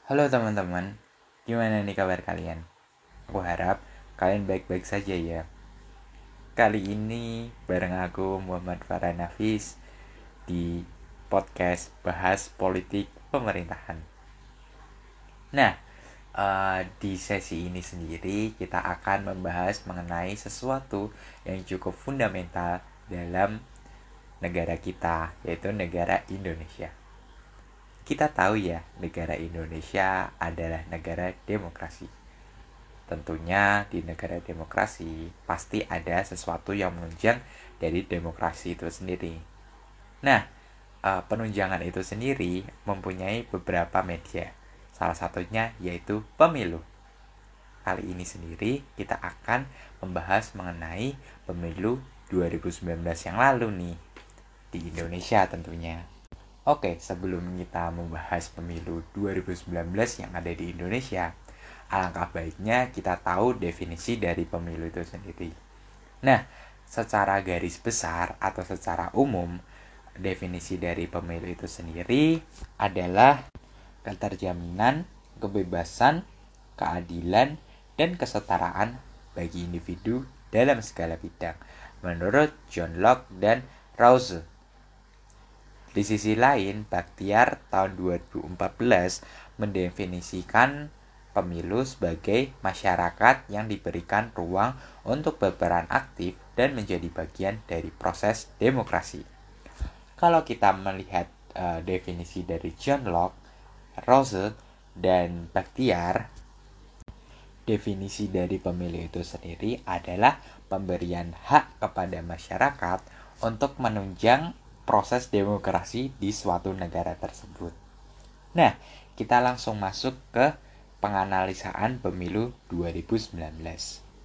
Halo teman-teman, gimana nih kabar kalian? Aku harap kalian baik-baik saja ya. Kali ini bareng aku Muhammad Farhan Hafiz di podcast Bahas Politik Pemerintahan. Nah, di sesi ini sendiri kita akan membahas mengenai sesuatu yang cukup fundamental dalam negara kita, yaitu negara Indonesia. Kita tahu ya, negara Indonesia adalah negara demokrasi. Tentunya di negara demokrasi pasti ada sesuatu yang menunjang dari demokrasi itu sendiri. Nah, penunjangan itu sendiri mempunyai beberapa media. Salah satunya yaitu pemilu. Kali ini sendiri kita akan membahas mengenai pemilu 2019 yang lalu nih di Indonesia tentunya. Oke, sebelum kita membahas pemilu 2019 yang ada di Indonesia, alangkah baiknya kita tahu definisi dari pemilu itu sendiri. Nah, secara garis besar atau secara umum, definisi dari pemilu itu sendiri adalah keterjaminan, kebebasan, keadilan, dan kesetaraan bagi individu dalam segala bidang, menurut John Locke dan Rawls. Di sisi lain, Bakhtiar tahun 2014 mendefinisikan pemilu sebagai masyarakat yang diberikan ruang untuk berperan aktif dan menjadi bagian dari proses demokrasi. Kalau kita melihat definisi dari John Locke, Rawls, dan Bakhtiar, definisi dari pemilu itu sendiri adalah pemberian hak kepada masyarakat untuk menunjang proses demokrasi di suatu negara tersebut. Nah, kita langsung masuk ke penganalisaan pemilu 2019.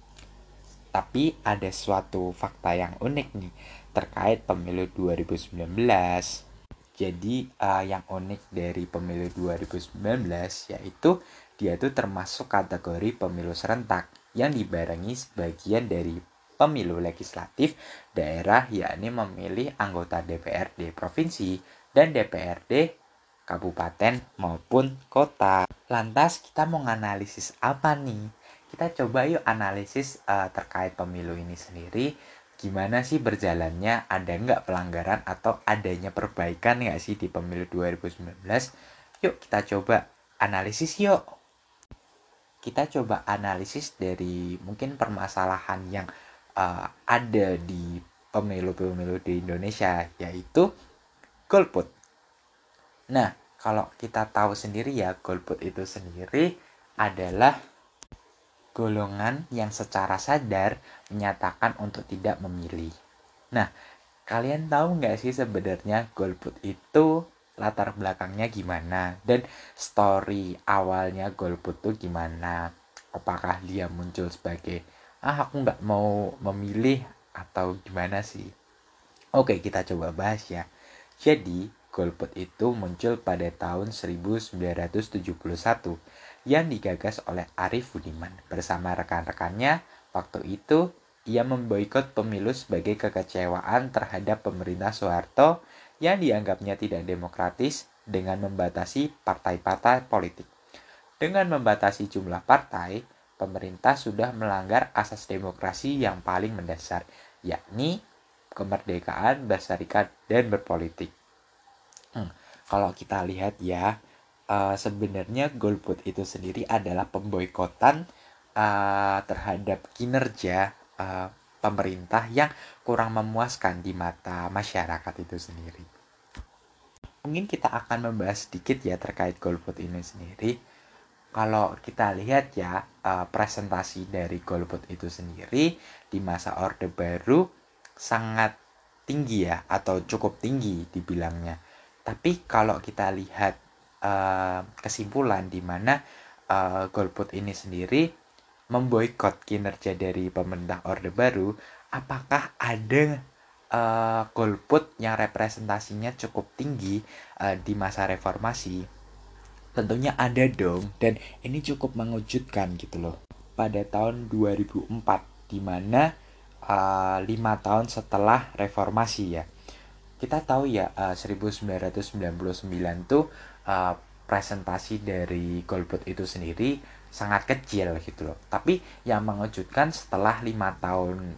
Tapi ada suatu fakta yang unik nih terkait pemilu 2019. Jadi yang unik dari pemilu 2019 yaitu dia tuh termasuk kategori pemilu serentak yang dibarengi sebagian dari pemilu legislatif daerah, yakni memilih anggota DPRD provinsi dan DPRD kabupaten maupun kota. Lantas kita mau analisis apa nih? Kita coba yuk analisis terkait pemilu ini sendiri. Gimana sih berjalannya? Ada nggak pelanggaran atau adanya perbaikan nggak sih di pemilu 2019? Yuk kita coba analisis yuk. Kita coba analisis dari mungkin permasalahan yang ada di pemilu-pemilu di Indonesia, yaitu golput. Nah, kalau kita tahu sendiri ya, golput itu sendiri adalah golongan yang secara sadar menyatakan untuk tidak memilih. Nah, kalian tahu nggak sih sebenarnya golput itu latar belakangnya gimana? Dan story awalnya golput itu gimana? Apakah dia muncul sebagai, aku nggak mau memilih atau gimana sih? Oke, kita coba bahas ya. Jadi, golput itu muncul pada tahun 1971 yang digagas oleh Arief Budiman bersama rekan-rekannya. Waktu itu, ia memboikot pemilu sebagai kekecewaan terhadap pemerintah Soeharto yang dianggapnya tidak demokratis dengan membatasi partai-partai politik. Dengan membatasi jumlah partai, pemerintah sudah melanggar asas demokrasi yang paling mendasar, yakni kemerdekaan berserikat dan berpolitik. Kalau kita lihat ya, sebenarnya golput itu sendiri adalah pemboikotan terhadap kinerja pemerintah yang kurang memuaskan di mata masyarakat itu sendiri. Mungkin kita akan membahas sedikit ya terkait golput ini sendiri. Kalau kita lihat ya, presentasi dari golput itu sendiri di masa Orde Baru sangat tinggi ya, atau cukup tinggi dibilangnya. Tapi kalau kita lihat kesimpulan di mana golput ini sendiri memboikot kinerja dari pemerintah Orde Baru, apakah ada golput yang representasinya cukup tinggi di masa reformasi? Tentunya ada dong, dan ini cukup mengejutkan gitu loh. Pada tahun 2004, di mana 5 tahun setelah reformasi ya. Kita tahu ya, 1999 tuh presentasi dari golput itu sendiri sangat kecil gitu loh. Tapi yang mengejutkan setelah 5 tahun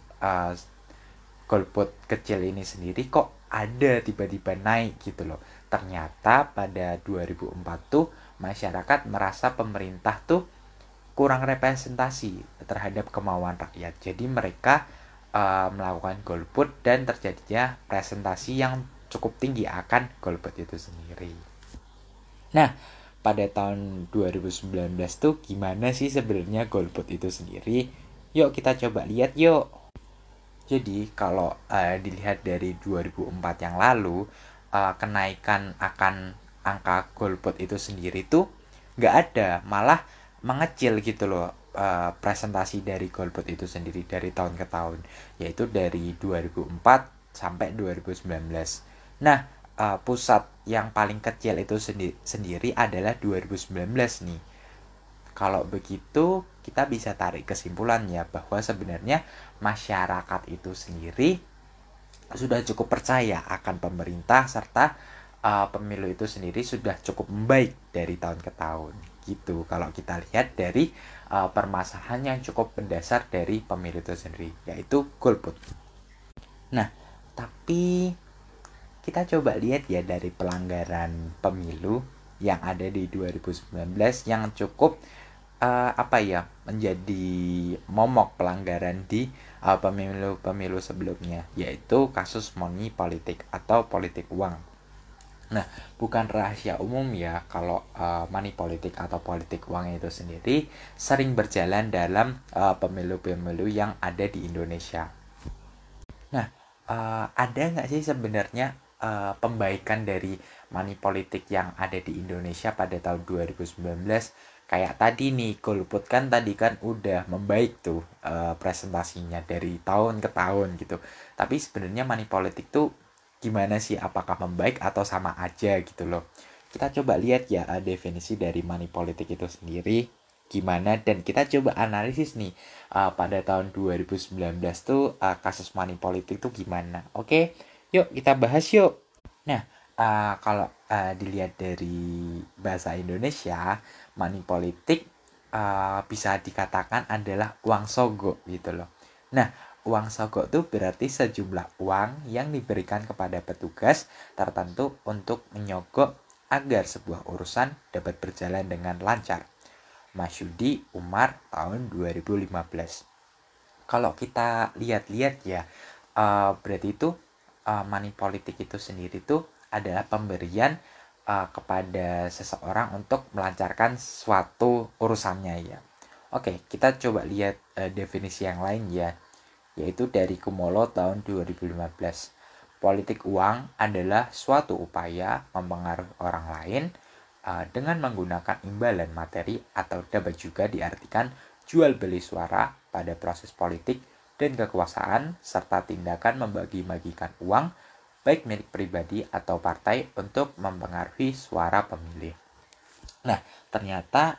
golput kecil ini sendiri kok ada tiba-tiba naik gitu loh. Ternyata pada 2004 tuh masyarakat merasa pemerintah tuh kurang representasi terhadap kemauan rakyat. Jadi mereka melakukan golput dan terjadinya presentasi yang cukup tinggi akan golput itu sendiri. Nah, pada tahun 2019 tuh gimana sih sebenarnya golput itu sendiri? Yuk kita coba lihat yuk. Jadi kalau dilihat dari 2004 yang lalu, kenaikan akan angka golput itu sendiri tuh nggak ada, malah mengecil gitu loh presentasi dari golput itu sendiri dari tahun ke tahun, yaitu dari 2004 sampai 2019. Nah, pusat yang paling kecil itu sendiri adalah 2019 nih. Kalau begitu, kita bisa tarik kesimpulannya bahwa sebenarnya masyarakat itu sendiri sudah cukup percaya akan pemerintah serta pemilu itu sendiri sudah cukup membaik dari tahun ke tahun. Gitu kalau kita lihat dari permasalahan yang cukup mendasar dari pemilu itu sendiri, yaitu golput. Nah, tapi kita coba lihat ya dari pelanggaran pemilu yang ada di 2019 yang cukup menjadi momok pelanggaran di pemilu-pemilu sebelumnya, yaitu kasus money politik atau politik uang. Nah, bukan rahasia umum ya kalau money politik atau politik uang itu sendiri sering berjalan dalam pemilu-pemilu yang ada di Indonesia. Nah, ada nggak sih sebenarnya pembaikan dari money politik yang ada di Indonesia pada tahun 2019? Kayak tadi nih, golput kan tadi kan udah membaik tuh presentasinya dari tahun ke tahun gitu. Tapi sebenarnya money politik tuh gimana sih? Apakah membaik atau sama aja gitu loh? Kita coba lihat ya definisi dari money politik itu sendiri gimana, dan kita coba analisis nih pada tahun 2019 tuh kasus money politik tuh gimana. Oke, yuk kita bahas yuk. Nah, kalau dilihat dari bahasa Indonesia, money politik bisa dikatakan adalah uang sogok gitu loh. Nah, uang sogok itu berarti sejumlah uang yang diberikan kepada petugas tertentu untuk menyogok agar sebuah urusan dapat berjalan dengan lancar. Masyudi Umar tahun 2015. Kalau kita lihat-lihat ya, berarti itu money politik itu sendiri itu adalah pemberian kepada seseorang untuk melancarkan suatu urusannya ya. Oke, kita coba lihat definisi yang lain ya, yaitu dari Kumolo tahun 2015. Politik uang adalah suatu upaya mempengaruhi orang lain dengan menggunakan imbalan materi atau dapat juga diartikan jual beli suara pada proses politik dan kekuasaan serta tindakan membagi-bagikan uang baik milik pribadi atau partai untuk mempengaruhi suara pemilih. Nah, ternyata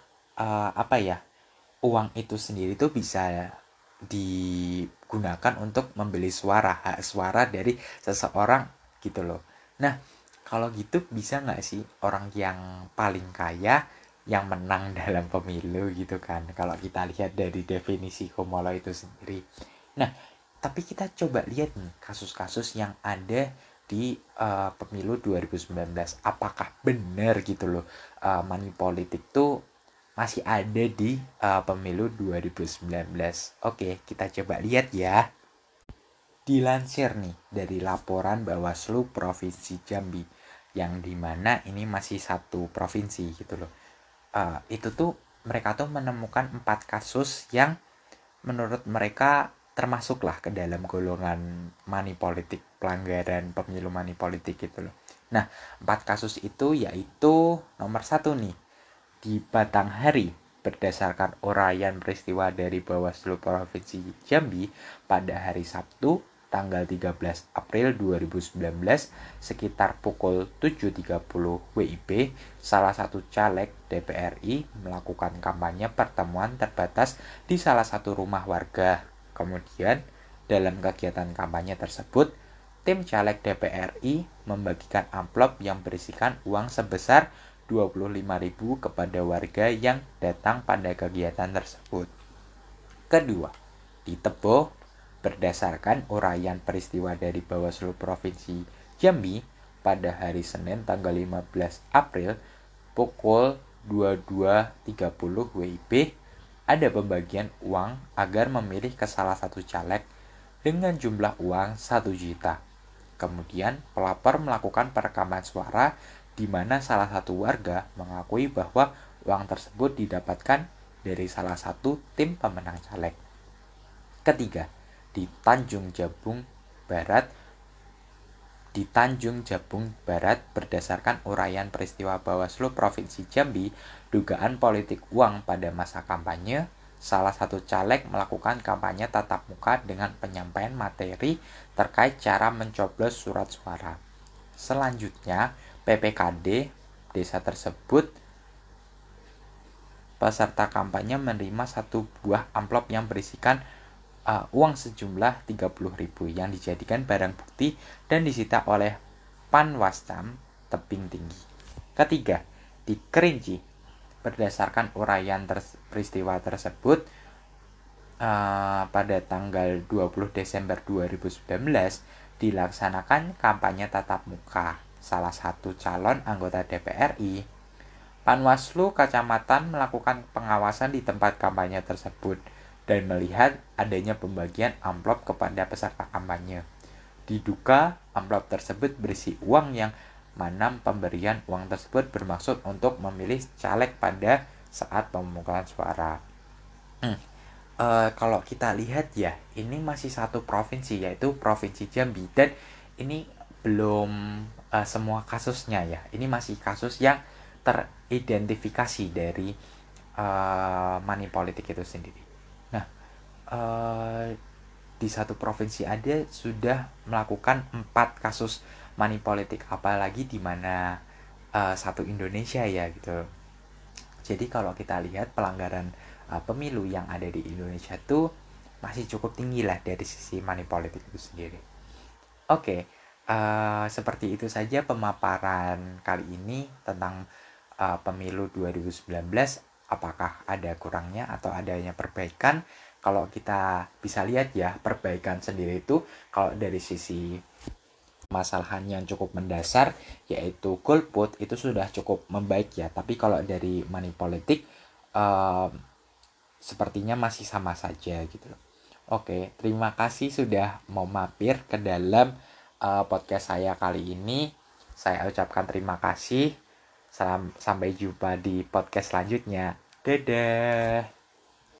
uang itu sendiri tuh bisa digunakan untuk membeli suara, hak suara dari seseorang gitu loh. Nah, kalau gitu bisa nggak sih orang yang paling kaya yang menang dalam pemilu gitu kan, kalau kita lihat dari definisi Komolo itu sendiri. Nah, tapi kita coba lihat nih kasus-kasus yang ada di pemilu 2019. Apakah benar gitu loh money politik tuh masih ada di pemilu 2019? Oke, kita coba lihat ya. Dilansir nih dari laporan Bawaslu Provinsi Jambi, yang dimana ini masih satu provinsi gitu loh. Itu tuh mereka tuh menemukan 4 kasus yang menurut mereka termasuklah ke dalam golongan money politik, pelanggaran pemilu money politik gitu loh. Nah, 4 kasus itu yaitu nomor 1 nih, di Batanghari, berdasarkan uraian peristiwa dari Bawaslu Provinsi Jambi pada hari Sabtu tanggal 13 April 2019 sekitar pukul 7.30 WIB, salah satu caleg DPRI melakukan kampanye pertemuan terbatas di salah satu rumah warga. Kemudian, dalam kegiatan kampanye tersebut, tim caleg DPRI membagikan amplop yang berisikan uang sebesar 25.000 kepada warga yang datang pada kegiatan tersebut. Kedua, di Tebo, berdasarkan uraian peristiwa dari Bawaslu Provinsi Jambi pada hari Senin tanggal 15 April pukul 22.30 WIB, ada pembagian uang agar memilih ke salah satu caleg dengan jumlah uang 1 juta. Kemudian pelapor melakukan perekaman suara di mana salah satu warga mengakui bahwa uang tersebut didapatkan dari salah satu tim pemenang caleg. Ketiga, di Tanjung Jabung Barat berdasarkan uraian peristiwa Bawaslu Provinsi Jambi, dugaan politik uang pada masa kampanye, salah satu caleg melakukan kampanye tatap muka dengan penyampaian materi terkait cara mencoblos surat suara. Selanjutnya, PPKD desa tersebut peserta kampanye menerima satu buah amplop yang berisikan uang sejumlah 30.000 yang dijadikan barang bukti dan disita oleh Panwascam Tebing Tinggi. Ketiga, di Kerinci, berdasarkan uraian peristiwa tersebut pada tanggal 20 Desember 2019 dilaksanakan kampanye tatap muka salah satu calon anggota DPR RI. Panwaslu Kecamatan melakukan pengawasan di tempat kampanye tersebut dan melihat adanya pembagian amplop kepada peserta kampanye. Diduga amplop tersebut berisi uang yang mana pemberian uang tersebut bermaksud untuk memilih caleg pada saat pemungutan suara. Kalau kita lihat ya, ini masih satu provinsi, yaitu Provinsi Jambi, dan ini belum semua kasusnya ya. Ini masih kasus yang teridentifikasi dari money politik itu sendiri. Nah, di satu provinsi ada sudah melakukan 4 kasus money politik, apalagi di mana satu Indonesia ya gitu. Jadi kalau kita lihat pelanggaran pemilu yang ada di Indonesia tuh masih cukup tinggi lah dari sisi money politik itu sendiri. Oke, seperti itu saja pemaparan kali ini tentang pemilu 2019. Apakah ada kurangnya atau adanya perbaikan? Kalau kita bisa lihat ya, perbaikan sendiri itu kalau dari sisi masalahan yang cukup mendasar yaitu golput itu sudah cukup membaik ya. Tapi kalau dari money politik sepertinya masih sama saja gitu loh. Oke, terima kasih sudah mau mampir ke dalam podcast saya kali ini. Saya ucapkan terima kasih. Sampai jumpa di podcast selanjutnya. Dadah.